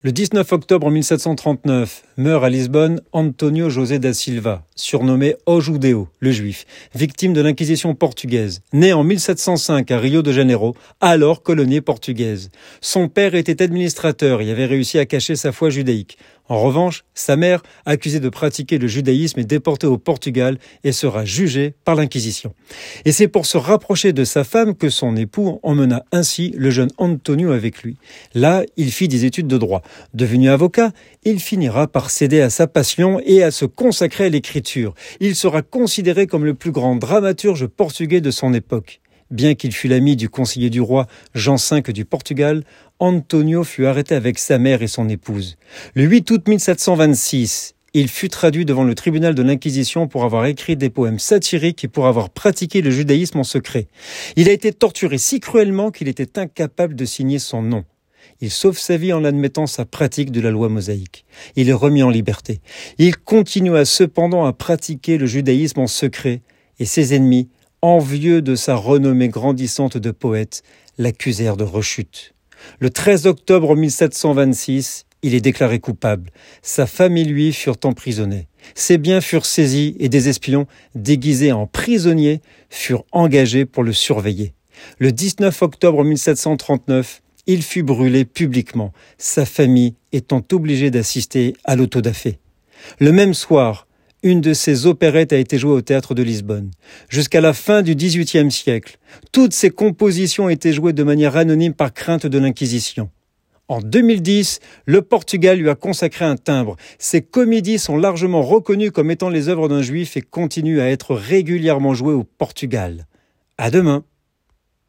Le 19 octobre 1739, meurt à Lisbonne António José da Silva, surnommé O Judeu, le juif, victime de l'Inquisition portugaise, né en 1705 à Rio de Janeiro, alors colonie portugaise. Son père était administrateur et avait réussi à cacher sa foi judaïque. En revanche, sa mère, accusée de pratiquer le judaïsme, est déportée au Portugal et sera jugée par l'Inquisition. Et c'est pour se rapprocher de sa femme que son époux emmena ainsi le jeune António avec lui. Là, il fit des études de droit. Devenu avocat, il finira par céder à sa passion et à se consacrer à l'écriture. Il sera considéré comme le plus grand dramaturge portugais de son époque. Bien qu'il fût l'ami du conseiller du roi Jean V du Portugal, António fut arrêté avec sa mère et son épouse. Le 8 août 1726, il fut traduit devant le tribunal de l'Inquisition pour avoir écrit des poèmes satiriques et pour avoir pratiqué le judaïsme en secret. Il a été torturé si cruellement qu'il était incapable de signer son nom. Il sauve sa vie en admettant sa pratique de la loi mosaïque. Il est remis en liberté. Il continua cependant à pratiquer le judaïsme en secret et ses ennemis, envieux de sa renommée grandissante de poète, l'accusèrent de rechute. Le 13 octobre 1726, il est déclaré coupable. Sa femme et lui furent emprisonnés. Ses biens furent saisis et des espions, déguisés en prisonniers, furent engagés pour le surveiller. Le 19 octobre 1739, il fut brûlé publiquement, sa famille étant obligée d'assister à l'autodafé. Le même soir, une de ses opérettes a été jouée au théâtre de Lisbonne. Jusqu'à la fin du XVIIIe siècle, toutes ses compositions étaient jouées de manière anonyme par crainte de l'Inquisition. En 2010, le Portugal lui a consacré un timbre. Ses comédies sont largement reconnues comme étant les œuvres d'un juif et continuent à être régulièrement jouées au Portugal. À demain.